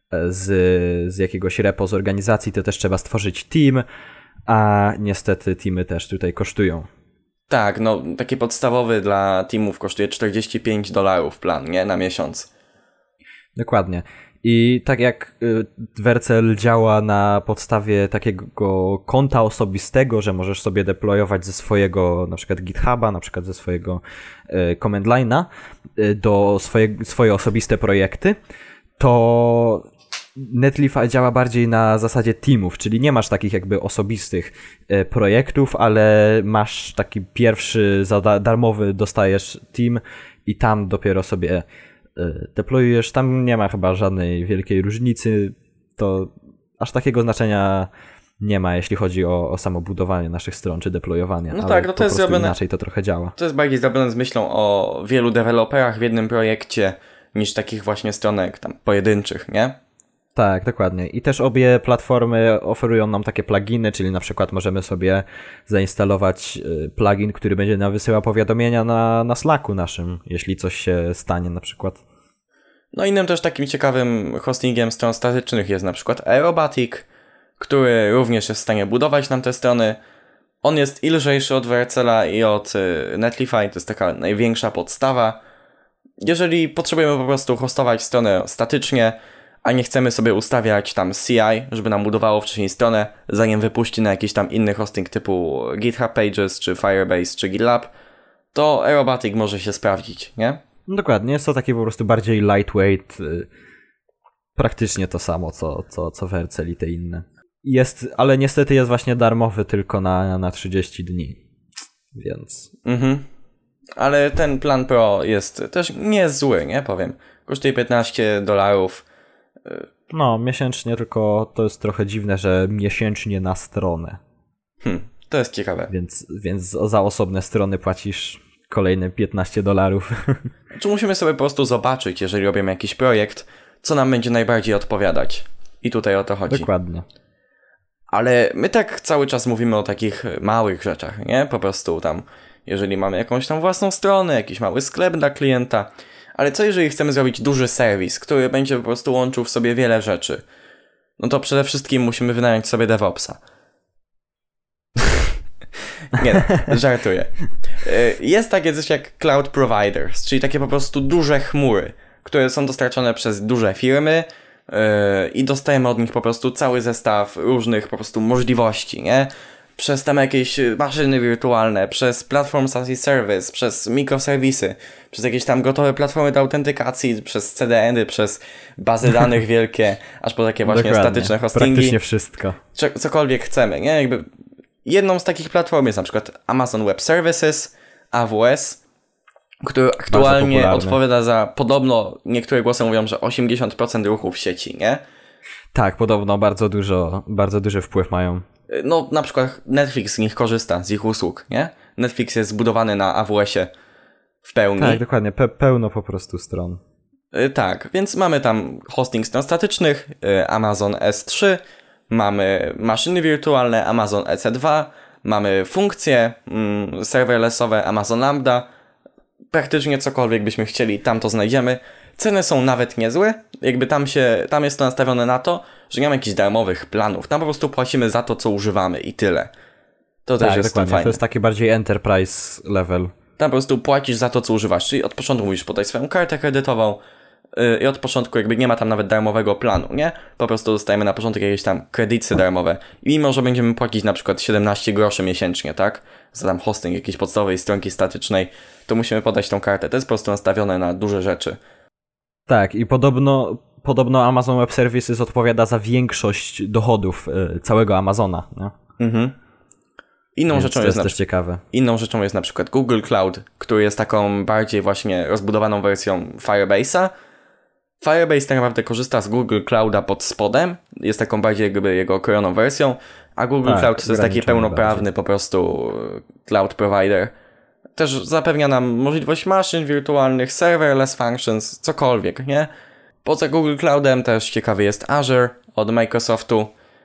z jakiegoś repo z organizacji, to też trzeba stworzyć team, a niestety teamy też tutaj kosztują. Tak, taki podstawowy dla teamów kosztuje $45 plan, nie? Na miesiąc. Dokładnie. I tak jak Vercel działa na podstawie takiego konta osobistego, że możesz sobie deployować ze swojego na przykład GitHuba, na przykład ze swojego command line'a do swoje osobiste projekty, to Netlify działa bardziej na zasadzie teamów, czyli nie masz takich jakby osobistych projektów, ale masz taki pierwszy darmowy, dostajesz team i tam dopiero sobie deployujesz. Tam nie ma chyba żadnej wielkiej różnicy, to aż takiego znaczenia nie ma, jeśli chodzi o samo budowanie naszych stron, czy deployowanie. No tak, to jest zrobione, inaczej to trochę działa. To jest bardziej zrobione z myślą o wielu deweloperach w jednym projekcie, niż takich właśnie stronek tam pojedynczych, nie? Tak, dokładnie. I też obie platformy oferują nam takie pluginy, czyli na przykład możemy sobie zainstalować plugin, który będzie nam wysyłał powiadomienia na Slacku naszym, jeśli coś się stanie na przykład. No innym też takim ciekawym hostingiem stron statycznych jest na przykład Aerobatic, który również jest w stanie budować nam te strony. On jest i lżejszy od Vercela i od Netlify, to jest taka największa podstawa. Jeżeli potrzebujemy po prostu hostować stronę statycznie, a nie chcemy sobie ustawiać tam CI, żeby nam budowało wcześniej stronę, zanim wypuści na jakiś tam inny hosting typu GitHub Pages, czy Firebase, czy GitLab, to Aerobatic może się sprawdzić, nie? Dokładnie, jest to taki po prostu bardziej lightweight, praktycznie to samo, co Vercel i te inne. Ale niestety jest właśnie darmowy tylko na 30 dni, więc... Ale ten plan Pro jest też nie jest zły, nie? Powiem. Kosztuje $15. No, miesięcznie, tylko to jest trochę dziwne, że miesięcznie na stronę. To jest ciekawe. Więc za osobne strony płacisz kolejne $15. Czy musimy sobie po prostu zobaczyć, jeżeli robimy jakiś projekt, co nam będzie najbardziej odpowiadać. I tutaj o to chodzi. Dokładnie. Ale my tak cały czas mówimy o takich małych rzeczach, nie? Po prostu tam, jeżeli mamy jakąś tam własną stronę, jakiś mały sklep dla klienta. Ale co jeżeli chcemy zrobić duży serwis, który będzie po prostu łączył w sobie wiele rzeczy? No to przede wszystkim musimy wynająć sobie DevOpsa. Nie, żartuję. Jest takie coś jak cloud providers, czyli takie po prostu duże chmury, które są dostarczone przez duże firmy i dostajemy od nich po prostu cały zestaw różnych po prostu możliwości, nie? przez tam jakieś maszyny wirtualne, przez Platform as a Service, przez mikroserwisy, przez jakieś tam gotowe platformy do autentykacji, przez CDN-y, przez bazy danych wielkie, aż po takie właśnie statyczne hostingi. Praktycznie wszystko. Cokolwiek chcemy, nie? Jakby jedną z takich platform jest na przykład Amazon Web Services, AWS, który aktualnie odpowiada za, podobno niektóre głosy mówią, że 80% ruchu w sieci, nie? Tak, podobno bardzo duży wpływ mają. No, na przykład Netflix z nich korzysta, z ich usług, nie? Netflix jest zbudowany na AWS-ie w pełni. Tak, dokładnie, pełno po prostu stron. Tak, więc mamy tam hosting stron statycznych, Amazon S3, mamy maszyny wirtualne, Amazon EC2, mamy funkcje serverlessowe, Amazon Lambda. Praktycznie cokolwiek byśmy chcieli, tam to znajdziemy. Ceny są nawet niezłe, jakby tam jest to nastawione na to, że nie mamy jakichś darmowych planów. Tam po prostu płacimy za to, co używamy i tyle. To też jest dokładnie. fajne. To jest taki bardziej enterprise level. Tam po prostu płacisz za to, co używasz, czyli od początku musisz podać swoją kartę kredytową i od początku jakby nie ma tam nawet darmowego planu, nie? Po prostu dostajemy na początek jakieś tam kredyty darmowe i mimo, że będziemy płacić na przykład 17 groszy miesięcznie, tak? Za tam hosting jakiejś podstawowej stronki statycznej, to musimy podać tą kartę. To jest po prostu nastawione na duże rzeczy. Tak, i podobno Amazon Web Services odpowiada za większość dochodów całego Amazona, nie? Mhm. Inną rzeczą jest też ciekawe. Inną rzeczą jest na przykład Google Cloud, który jest taką bardziej właśnie rozbudowaną wersją Firebase'a. Firebase tak naprawdę korzysta z Google Clouda pod spodem, jest taką bardziej jakby jego okrojoną wersją, a Google Cloud to jest taki pełnoprawny po prostu cloud provider. Też zapewnia nam możliwość maszyn wirtualnych, serverless functions, cokolwiek, nie? Poza Google Cloudem też ciekawy jest Azure od Microsoftu.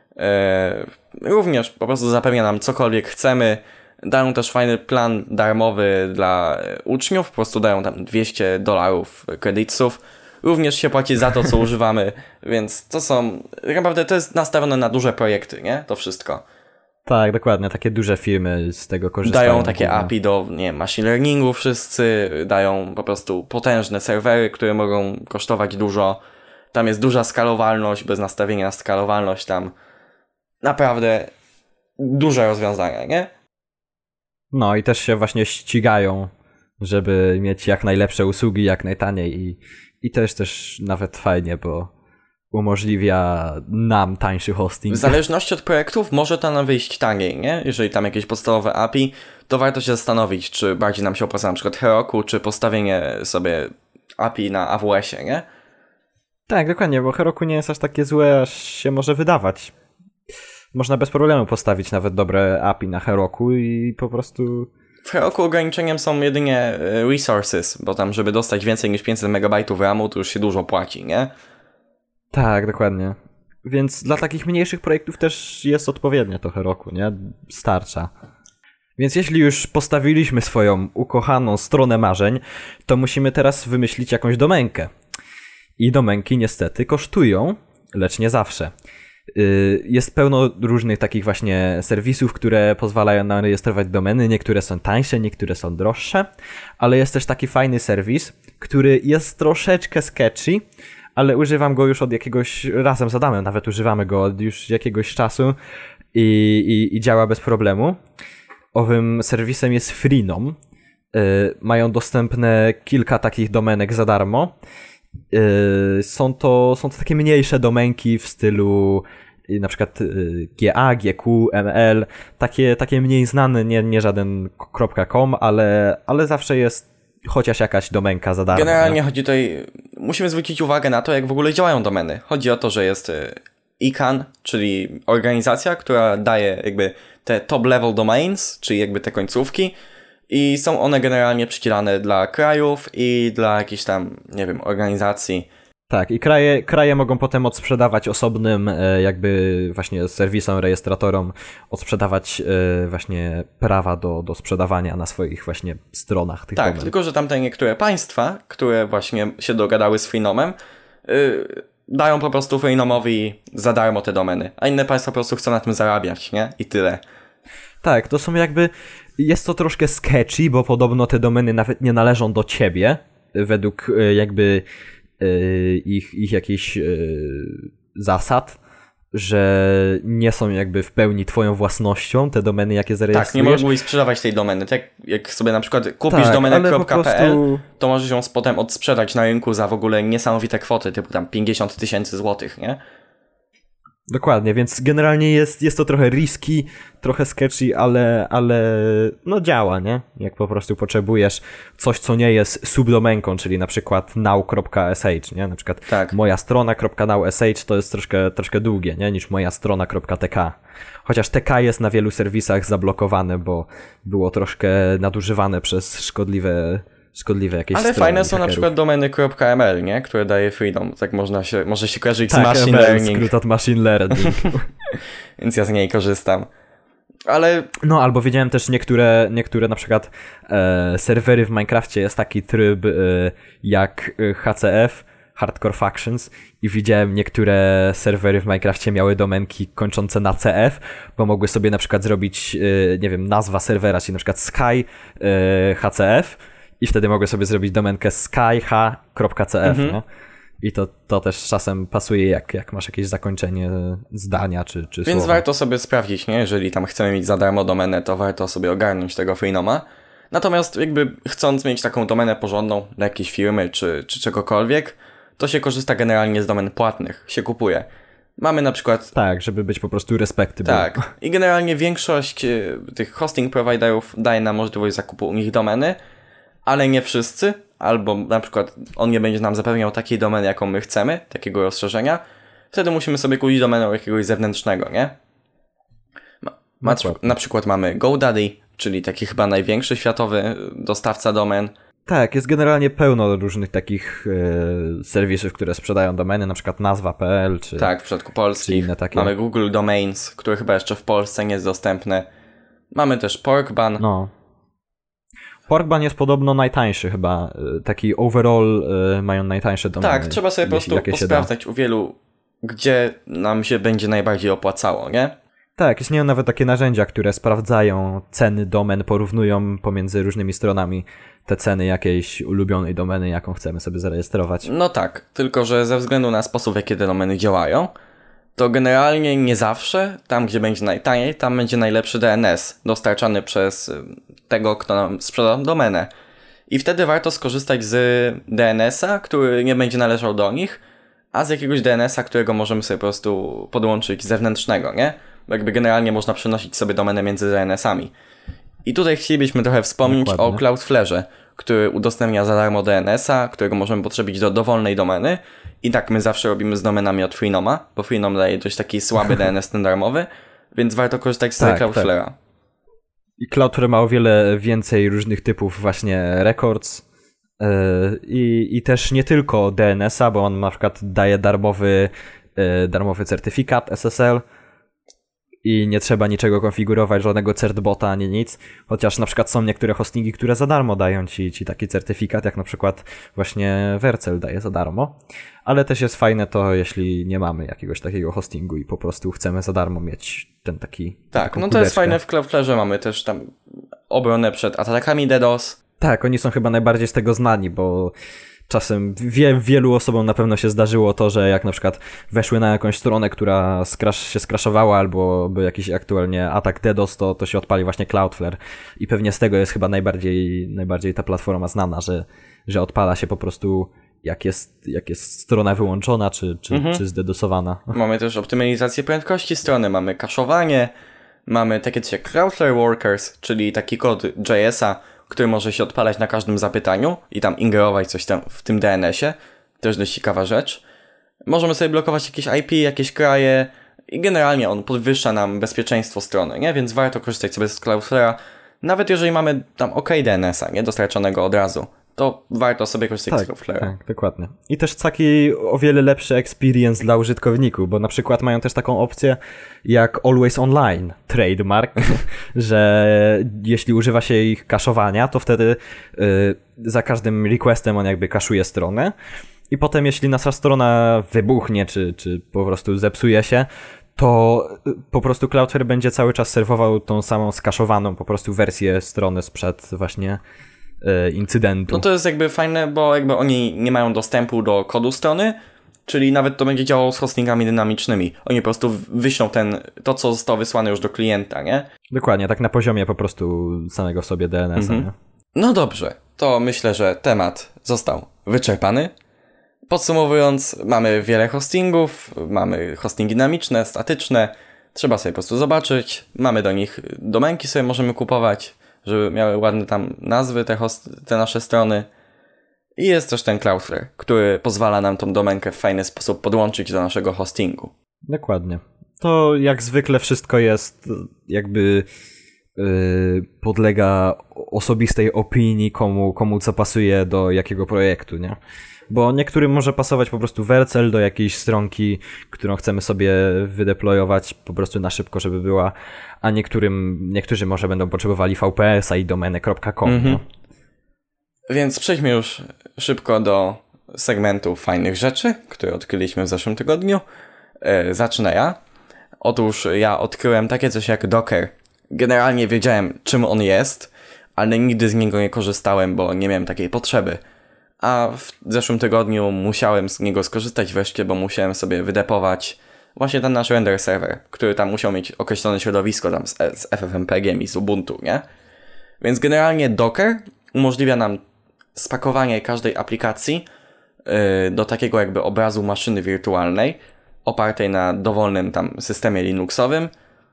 Również po prostu zapewnia nam cokolwiek chcemy. Dają też fajny plan darmowy dla uczniów, po prostu dają tam $200 kredytów. Również się płaci za to, co używamy, więc to są, tak naprawdę to jest nastawione na duże projekty, nie? To wszystko. Tak, dokładnie, takie duże firmy z tego korzystają. Dają takie API do, nie wiem, machine learningu wszyscy, dają po prostu potężne serwery, które mogą kosztować dużo. Tam jest duża skalowalność, bez nastawienia na skalowalność, tam naprawdę duże rozwiązania, nie? No i też się właśnie ścigają, żeby mieć jak najlepsze usługi, jak najtaniej i też nawet fajnie, bo umożliwia nam tańszy hosting. W zależności od projektów może to nam wyjść taniej, nie? Jeżeli tam jakieś podstawowe API, to warto się zastanowić, czy bardziej nam się opłaca na przykład Heroku, czy postawienie sobie API na AWS-ie, nie? Tak, dokładnie, bo Heroku nie jest aż takie złe, aż się może wydawać. Można bez problemu postawić nawet dobre API na Heroku i po prostu... W Heroku ograniczeniem są jedynie resources, bo tam żeby dostać więcej niż 500 MB RAMu, to już się dużo płaci, nie? Tak, dokładnie. Więc dla takich mniejszych projektów też jest odpowiednie to Heroku, nie? Starcza. Więc jeśli już postawiliśmy swoją ukochaną stronę marzeń, to musimy teraz wymyślić jakąś domenkę. I domenki niestety kosztują, lecz nie zawsze. Jest pełno różnych takich właśnie serwisów, które pozwalają nam rejestrować domeny. Niektóre są tańsze, niektóre są droższe, ale jest też taki fajny serwis, który jest troszeczkę sketchy, ale używam go już od jakiegoś, razem z Adamem nawet używamy go od już jakiegoś czasu i działa bez problemu. Owym serwisem jest Freenom. Mają dostępne kilka takich domenek za darmo. Są to takie mniejsze domenki w stylu na przykład GA, GQ, ML, takie mniej znane, nie żaden .com, ale zawsze jest chociaż jakaś domenka za darmo. Generalnie chodzi tutaj, musimy zwrócić uwagę na to, jak w ogóle działają domeny. Chodzi o to, że jest ICANN, czyli organizacja, która daje jakby te top level domains, czyli jakby te końcówki, i są one generalnie przydzielane dla krajów i dla jakichś tam, nie wiem, organizacji. Tak, i kraje mogą potem odsprzedawać osobnym jakby właśnie serwisom, rejestratorom, odsprzedawać właśnie prawa do sprzedawania na swoich właśnie stronach tych domen. Tylko że tamte niektóre państwa, które właśnie się dogadały z Freenomem, dają po prostu Freenomowi za darmo te domeny, a inne państwa po prostu chcą na tym zarabiać, nie? I tyle. Tak, to są jakby... Jest to troszkę sketchy, bo podobno te domeny nawet nie należą do ciebie, według jakby ich jakichś zasad. że nie są jakby w pełni twoją własnością te domeny, jakie zarejestrujesz. Tak, nie mogłeś sprzedawać tej domeny. Tak jak sobie na przykład kupisz domenę.pl, prostu... to możesz ją potem odsprzedać na rynku za w ogóle niesamowite kwoty, typu tam 50 000 złotych, nie? Dokładnie, więc generalnie jest to trochę risky, trochę sketchy, ale no działa, nie? Jak po prostu potrzebujesz coś, co nie jest subdomenką, czyli na przykład now.sh, nie? Na przykład moja strona.now.sh to jest troszkę długie, nie? Niż moja strona.tk. Chociaż TK jest na wielu serwisach zablokowane, bo było troszkę nadużywane przez szkodliwe jakieś ale fajne są hackerów. Na przykład domeny.ml, nie? Które daje freedom. Tak może się kojarzyć z machine learning. Skrót od machine learning. Więc ja z niej korzystam. Ale... No, albo widziałem też niektóre na przykład serwery w Minecrafcie, jest taki tryb jak HCF, Hardcore Factions, i widziałem niektóre serwery w Minecrafcie miały domenki kończące na CF, bo mogły sobie na przykład zrobić, nie wiem, nazwa serwera, czyli na przykład Sky HCF, i wtedy mogę sobie zrobić domenkę skyh.cf, nie? I to też czasem pasuje, jak masz jakieś zakończenie zdania czy Więc słowa. warto sobie sprawdzić, nie? Jeżeli tam chcemy mieć za darmo domenę, to warto sobie ogarnąć tego Freenoma. Natomiast jakby chcąc mieć taką domenę porządną dla jakiejś firmy czy czegokolwiek, to się korzysta generalnie z domen płatnych, się kupuje. Mamy na przykład... Tak, żeby być po prostu respectable. Tak. I generalnie większość tych hosting providerów daje nam możliwość zakupu u nich domeny, ale nie wszyscy, albo na przykład on nie będzie nam zapewniał takiej domeny, jaką my chcemy, takiego rozszerzenia. Wtedy musimy sobie kupić domenę jakiegoś zewnętrznego, nie? Na przykład mamy GoDaddy, czyli taki chyba największy światowy dostawca domen. Tak, jest generalnie pełno różnych takich serwisów, które sprzedają domeny, na przykład nazwa.pl czy... Tak, w przypadku polskich. Mamy Google Domains, które chyba jeszcze w Polsce nie jest dostępne. Mamy też Porkban. No. Porkban jest podobno najtańszy chyba. Taki overall mają najtańsze domeny. Tak, trzeba sobie po prostu posprawdzać u wielu, gdzie nam się będzie najbardziej opłacało, nie? Tak, istnieją nawet takie narzędzia, które sprawdzają ceny domen, porównują pomiędzy różnymi stronami te ceny jakiejś ulubionej domeny, jaką chcemy sobie zarejestrować. No tak, tylko że ze względu na sposób, w jaki te domeny działają, to generalnie nie zawsze, tam gdzie będzie najtaniej, tam będzie najlepszy DNS dostarczany przez tego, kto nam sprzeda domenę. I wtedy warto skorzystać z DNS-a, który nie będzie należał do nich, a z jakiegoś DNS-a, którego możemy sobie po prostu podłączyć zewnętrznego, nie? Bo jakby generalnie można przenosić sobie domenę między DNS-ami. I tutaj chcielibyśmy trochę wspomnieć o Cloudflarze, który udostępnia za darmo DNS-a, którego możemy potrzebić do dowolnej domeny. I tak my zawsze robimy z domenami od Freenoma, bo Freenom daje dość taki słaby DNS ten darmowy, więc warto korzystać z Cloudflare'a. Tak. I Cloudflare ma o wiele więcej różnych typów właśnie records i też nie tylko DNS-a, bo on na przykład daje darmowy certyfikat SSL i nie trzeba niczego konfigurować, żadnego certbota ani nic, chociaż na przykład są niektóre hostingi, które za darmo dają ci taki certyfikat, jak na przykład właśnie Vercel daje za darmo, ale też jest fajne to, jeśli nie mamy jakiegoś takiego hostingu i po prostu chcemy za darmo mieć ten taki... Tak, no to jest fajne, w Cloudflarze mamy też tam obronę przed atakami DDoS. Tak, oni są chyba najbardziej z tego znani, bo czasem wielu osobom na pewno się zdarzyło to, że jak na przykład weszły na jakąś stronę, która się skraszowała albo był jakiś aktualnie atak DDoS, to się odpali właśnie Cloudflare i pewnie z tego jest chyba najbardziej ta platforma znana, że odpala się po prostu jak jest strona wyłączona czy zdedosowana. Mamy też optymalizację prędkości strony, mamy kaszowanie, mamy takie coś jak Cloudflare Workers, czyli taki kod JS-a, który może się odpalać na każdym zapytaniu i tam ingerować coś tam w tym DNS-ie. Też dość ciekawa rzecz. Możemy sobie blokować jakieś IP, jakieś kraje i generalnie on podwyższa nam bezpieczeństwo strony, nie? Więc warto korzystać sobie z Cloudflare'a. Nawet jeżeli mamy tam OK DNS-a, nie? Dostarczonego od razu, to warto sobie korzystać z Cloudflare'a. Tak, dokładnie. I też taki o wiele lepszy experience dla użytkowników, bo na przykład mają też taką opcję jak Always Online, trademark, że jeśli używa się ich kaszowania, to wtedy za każdym requestem on jakby kaszuje stronę i potem jeśli nasza strona wybuchnie, czy po prostu zepsuje się, to po prostu Cloudflare będzie cały czas serwował tą samą skaszowaną po prostu wersję strony sprzed właśnie incydentu. No to jest jakby fajne, bo jakby oni nie mają dostępu do kodu strony, Czyli nawet to będzie działało z hostingami dynamicznymi. Oni po prostu wyślą to, co zostało wysłane już do klienta, nie? Dokładnie, tak na poziomie po prostu samego sobie DNS-a, nie? No dobrze, to myślę, że temat został wyczerpany. Podsumowując, mamy wiele hostingów, mamy hostingi dynamiczne, statyczne. Trzeba sobie po prostu zobaczyć. Mamy do nich domenki, sobie możemy kupować, żeby miały ładne tam nazwy te nasze strony. I jest też ten Cloudflare, który pozwala nam tą domenkę w fajny sposób podłączyć do naszego hostingu. Dokładnie. To jak zwykle wszystko jest jakby podlega osobistej opinii, komu co pasuje do jakiego projektu, nie? Bo niektórym może pasować po prostu Vercel do jakiejś stronki, którą chcemy sobie wydeployować po prostu na szybko, żeby była, a niektórzy może będą potrzebowali VPS-a i domeny.com. No? Więc przejdźmy już szybko do segmentu fajnych rzeczy, które odkryliśmy w zeszłym tygodniu. Zacznę ja. Otóż ja odkryłem takie coś jak Docker. Generalnie wiedziałem, czym on jest, ale nigdy z niego nie korzystałem, bo nie miałem takiej potrzeby. A w zeszłym tygodniu musiałem z niego skorzystać wreszcie, bo musiałem sobie wydepować właśnie ten nasz render server, który tam musiał mieć określone środowisko tam z FFmpegiem i z Ubuntu, nie? Więc generalnie Docker umożliwia nam spakowanie każdej aplikacji do takiego jakby obrazu maszyny wirtualnej opartej na dowolnym tam systemie Linuxowym,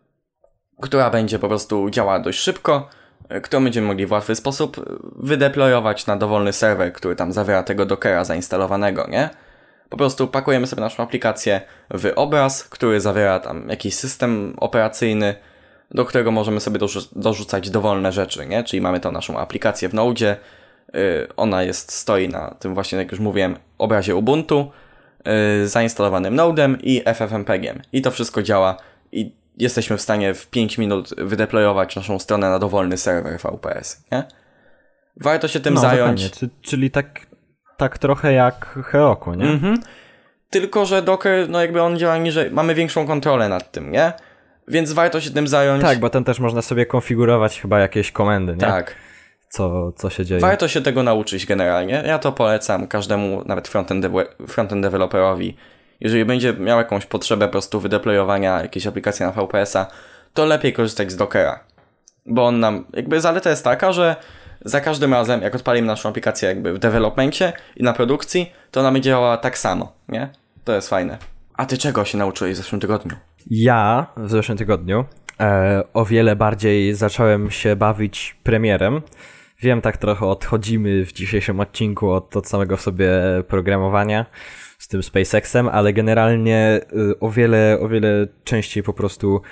która będzie po prostu działała dość szybko, którą będziemy mogli w łatwy sposób wydeployować na dowolny serwer, który tam zawiera tego Dockera zainstalowanego, nie? Po prostu pakujemy sobie naszą aplikację w obraz, który zawiera tam jakiś system operacyjny, do którego możemy sobie dorzucać dowolne rzeczy, nie? Czyli mamy tą naszą aplikację w Node, ona stoi na tym właśnie, jak już mówiłem, obrazie Ubuntu, zainstalowanym Node'em i FFmpegiem. I to wszystko działa i jesteśmy w stanie w 5 minut wydeployować naszą stronę na dowolny serwer VPS, nie? Warto się tym zająć. Dokładnie. Czyli tak trochę jak Heroku, nie? Tylko że Docker, no jakby on działa niżej, mamy większą kontrolę nad tym, nie? Więc warto się tym zająć. Tak, bo ten też można sobie konfigurować chyba jakieś komendy, nie? Tak. Co się dzieje. Warto się tego nauczyć generalnie. Ja to polecam każdemu, nawet frontend developerowi. Jeżeli będzie miał jakąś potrzebę po prostu wydeployowania jakiejś aplikacji na VPS-a, to lepiej korzystać z Dockera. Bo on nam, jakby zaleta jest taka, że za każdym razem, jak odpalimy naszą aplikację jakby w developmencie i na produkcji, to ona będzie działała tak samo, nie? To jest fajne. A ty czego się nauczyłeś w zeszłym tygodniu? Ja w zeszłym tygodniu o wiele bardziej zacząłem się bawić Premierem. Wiem, tak trochę odchodzimy w dzisiejszym odcinku od samego w sobie programowania z tym SpaceXem, ale generalnie o wiele częściej po prostu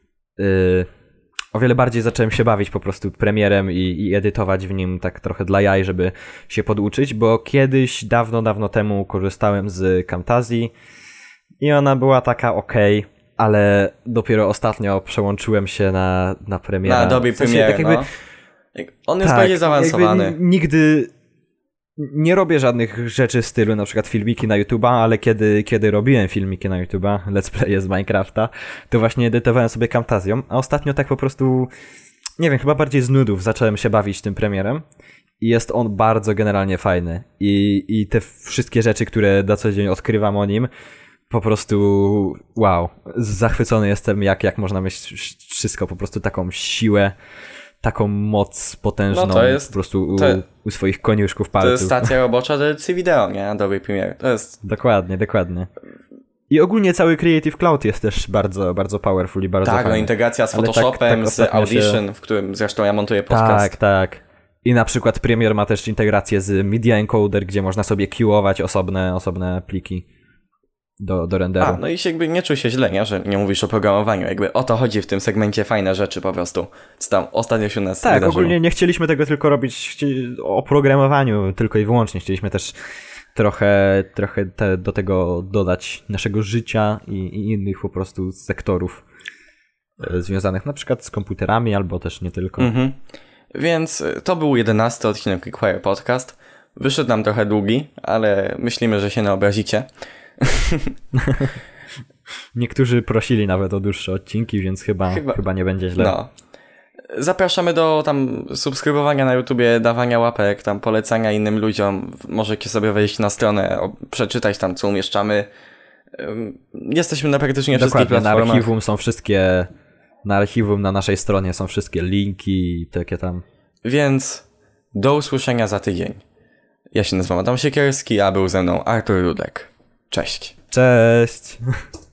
o wiele bardziej zacząłem się bawić po prostu Premierem i edytować w nim tak trochę dla jaj, żeby się poduczyć, bo kiedyś, dawno temu korzystałem z Camtazii i ona była taka okej, ale dopiero ostatnio przełączyłem się na Premiera. Na Adobe Premiere, tak jakby, on jest bardziej zaawansowany. Nigdy nie robię żadnych rzeczy w stylu na przykład filmiki na YouTube'a, ale kiedy robiłem filmiki na YouTube'a, let's play z Minecrafta, to właśnie edytowałem sobie Camtasią, a ostatnio tak po prostu, nie wiem, chyba bardziej z nudów zacząłem się bawić tym Premierem i jest on bardzo generalnie fajny i te wszystkie rzeczy, które na co dzień odkrywam o nim, po prostu wow, zachwycony jestem jak można mieć wszystko, po prostu taką siłę, taką moc potężną, no to jest, po prostu u swoich koniuszków palców. To jest stacja robocza do edycji wideo, nie? Adobe Premiere. To jest... Dokładnie. I ogólnie cały Creative Cloud jest też bardzo, bardzo powerful i bardzo fajny. Tak, no integracja z Photoshopem, z Audition, w którym zresztą ja montuję podcast. Tak. I na przykład Premiere ma też integrację z Media Encoder, gdzie można sobie queue'ować osobne pliki do renderu. No i jakby nie czuj się źle, nie? Że nie mówisz o programowaniu. Jakby o to chodzi w tym segmencie, fajne rzeczy po prostu. Co tam ostatnio się u nas wydarzyło. Ogólnie nie chcieliśmy tego tylko robić o programowaniu tylko i wyłącznie. Chcieliśmy też trochę do tego dodać naszego życia i innych po prostu sektorów związanych na przykład z komputerami albo też nie tylko. Więc to był 11 odcinek Quickfire Podcast. Wyszedł nam trochę długi, ale myślimy, że się nie obrazicie. Niektórzy prosili nawet o dłuższe odcinki, więc chyba nie będzie źle. No. Zapraszamy do tam subskrybowania na YouTubie, dawania łapek, tam polecania innym ludziom. Możecie sobie wejść na stronę, przeczytać tam, co umieszczamy. Jesteśmy na praktycznie wszystkich platformach. Na archiwum na naszej stronie są wszystkie linki i takie tam. Więc do usłyszenia za tydzień. Ja się nazywam Adam Siekierski, a był ze mną Artur Rudek. Cześć. Cześć.